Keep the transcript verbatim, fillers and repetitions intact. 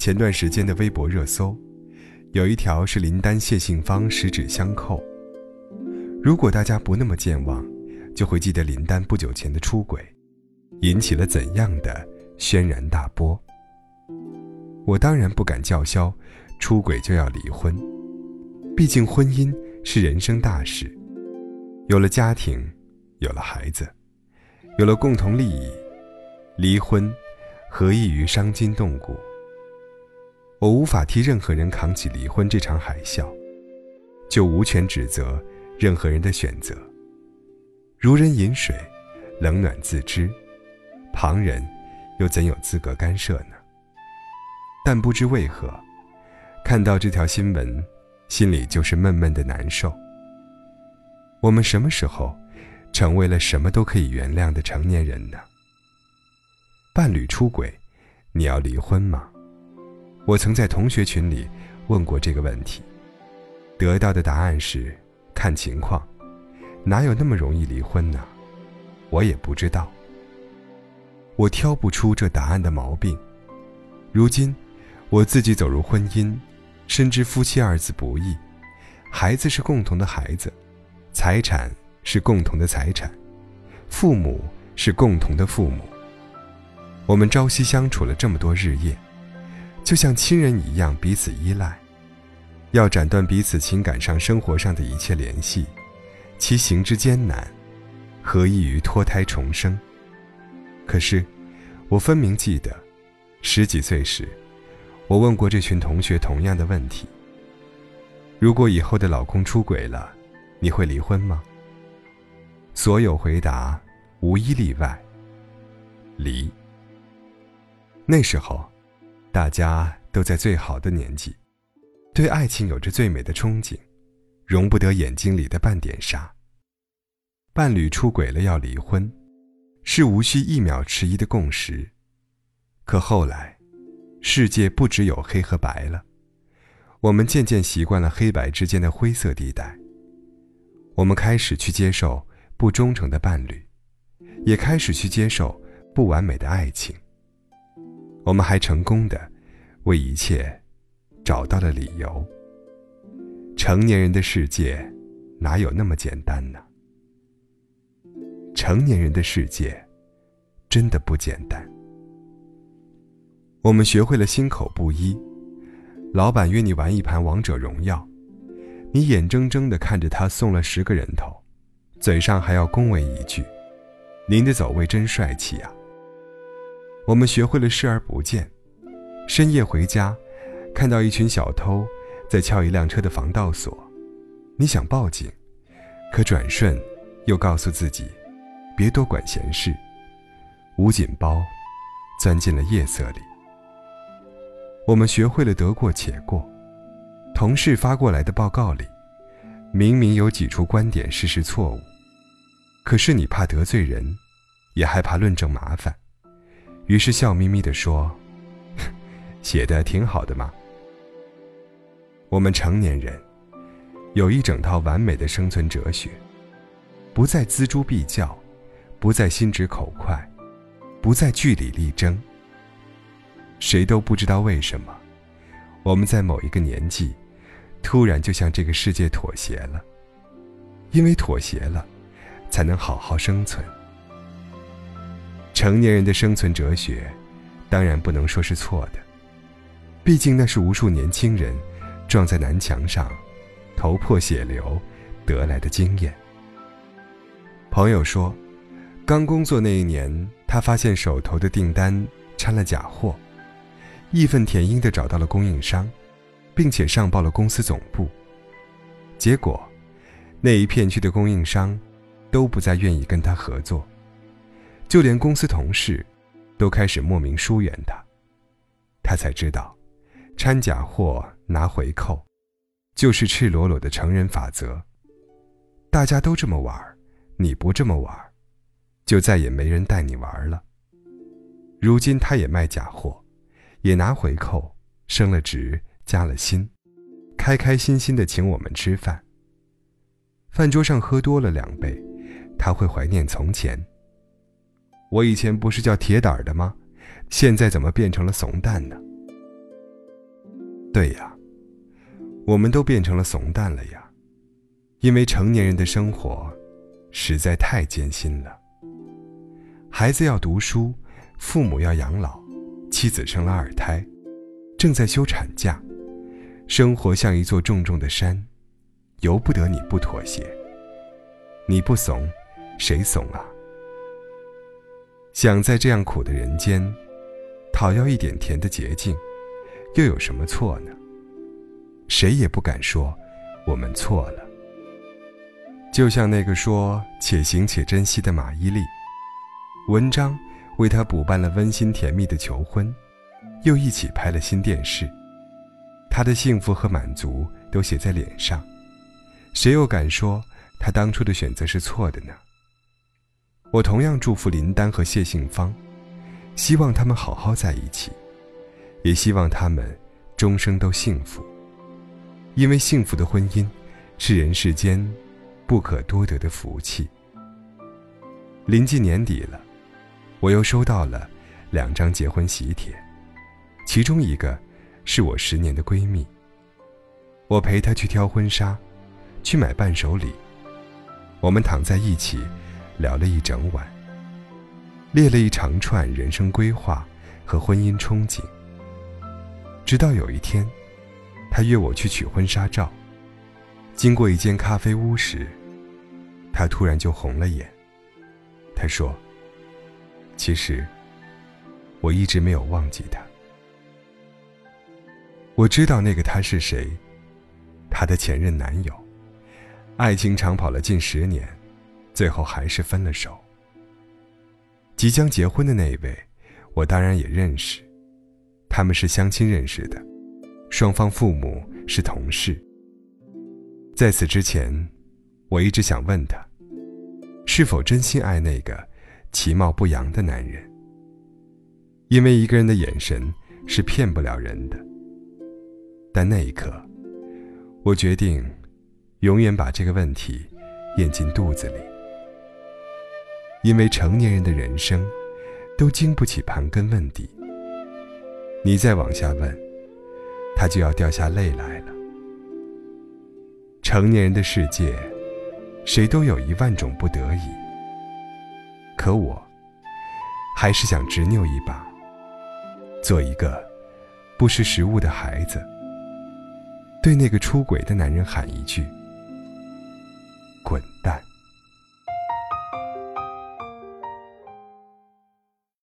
前段时间的微博热搜，有一条是林丹谢杏芳十指相扣。如果大家不那么健忘，就会记得林丹不久前的出轨引起了怎样的轩然大波。我当然不敢叫嚣出轨就要离婚，毕竟婚姻是人生大事，有了家庭，有了孩子，有了共同利益，离婚何异于伤筋动骨。我无法替任何人扛起离婚这场海啸，就无权指责任何人的选择。如人饮水，冷暖自知，旁人又怎有资格干涉呢？但不知为何，看到这条新闻，心里就是闷闷的难受。我们什么时候成为了什么都可以原谅的成年人呢？伴侣出轨，你要离婚吗？我曾在同学群里问过这个问题，得到的答案是看情况，哪有那么容易离婚呢？我也不知道。我挑不出这答案的毛病。如今我自己走入婚姻，深知夫妻二字不易，孩子是共同的孩子，财产是共同的财产，父母是共同的父母。我们朝夕相处了这么多日夜，就像亲人一样彼此依赖，要斩断彼此情感上生活上的一切联系，其行之艰难，何异于脱胎重生。可是我分明记得十几岁时，我问过这群同学同样的问题：如果以后的老公出轨了，你会离婚吗？所有回答无一例外，离。那时候大家都在最好的年纪，对爱情有着最美的憧憬，容不得眼睛里的半点沙。伴侣出轨了要离婚，是无需一秒迟疑的共识。可后来世界不只有黑和白了，我们渐渐习惯了黑白之间的灰色地带。我们开始去接受不忠诚的伴侣，也开始去接受不完美的爱情。我们还成功地为一切找到了理由。成年人的世界哪有那么简单呢？成年人的世界真的不简单。我们学会了心口不一，老板约你玩一盘王者荣耀，你眼睁睁地看着他送了十个人头，嘴上还要恭维一句：您的走位真帅气啊。我们学会了视而不见，深夜回家看到一群小偷在撬一辆车的防盗锁，你想报警，可转瞬又告诉自己别多管闲事，捂紧包钻进了夜色里。我们学会了得过且过，同事发过来的报告里明明有几处观点事实错误，可是你怕得罪人，也害怕论证麻烦，于是笑眯眯地说：写得挺好的嘛。我们成年人有一整套完美的生存哲学，不再锱铢必较，不再心直口快，不再据理力争。谁都不知道为什么，我们在某一个年纪突然就向这个世界妥协了，因为妥协了才能好好生存。成年人的生存哲学当然不能说是错的，毕竟那是无数年轻人撞在南墙上头破血流得来的经验。朋友说，刚工作那一年，他发现手头的订单掺了假货，义愤填膺地找到了供应商，并且上报了公司总部。结果那一片区的供应商都不再愿意跟他合作，就连公司同事都开始莫名疏远他。他才知道，掺假货拿回扣就是赤裸裸的成人法则。大家都这么玩，你不这么玩，就再也没人带你玩了。如今他也卖假货，也拿回扣，升了职，加了薪，开开心心地请我们吃饭。饭桌上喝多了两杯，他会怀念从前。我以前不是叫铁胆的吗？现在怎么变成了怂蛋呢？ 对呀，我们都变成了怂蛋了呀，因为成年人的生活实在太艰辛了。孩子要读书，父母要养老，妻子生了二胎，正在休产假，生活像一座重重的山，由不得你不妥协。你不怂，谁怂啊？想在这样苦的人间讨要一点甜的捷径，又有什么错呢？谁也不敢说我们错了。就像那个说且行且珍惜的马伊琍，文章为她补办了温馨甜蜜的求婚，又一起拍了新电视，她的幸福和满足都写在脸上，谁又敢说她当初的选择是错的呢？我同样祝福林丹和谢杏芳，希望他们好好在一起，也希望他们终生都幸福，因为幸福的婚姻是人世间不可多得的福气。临近年底了，我又收到了两张结婚喜帖，其中一个是我十年的闺蜜，我陪她去挑婚纱，去买伴手礼，我们躺在一起聊了一整晚，列了一长串人生规划和婚姻憧憬。直到有一天，她约我去取婚纱照，经过一间咖啡屋时，她突然就红了眼。她说，其实我一直没有忘记他。我知道那个他是谁，她的前任男友，爱情长跑了近十年，最后还是分了手。即将结婚的那一位，我当然也认识，他们是相亲认识的，双方父母是同事。在此之前，我一直想问他，是否真心爱那个其貌不扬的男人？因为一个人的眼神是骗不了人的。但那一刻，我决定永远把这个问题咽进肚子里。因为成年人的人生都经不起盘根问底，你再往下问，他就要掉下泪来了。成年人的世界，谁都有一万种不得已，可我还是想执拗一把，做一个不识时务的孩子，对那个出轨的男人喊一句：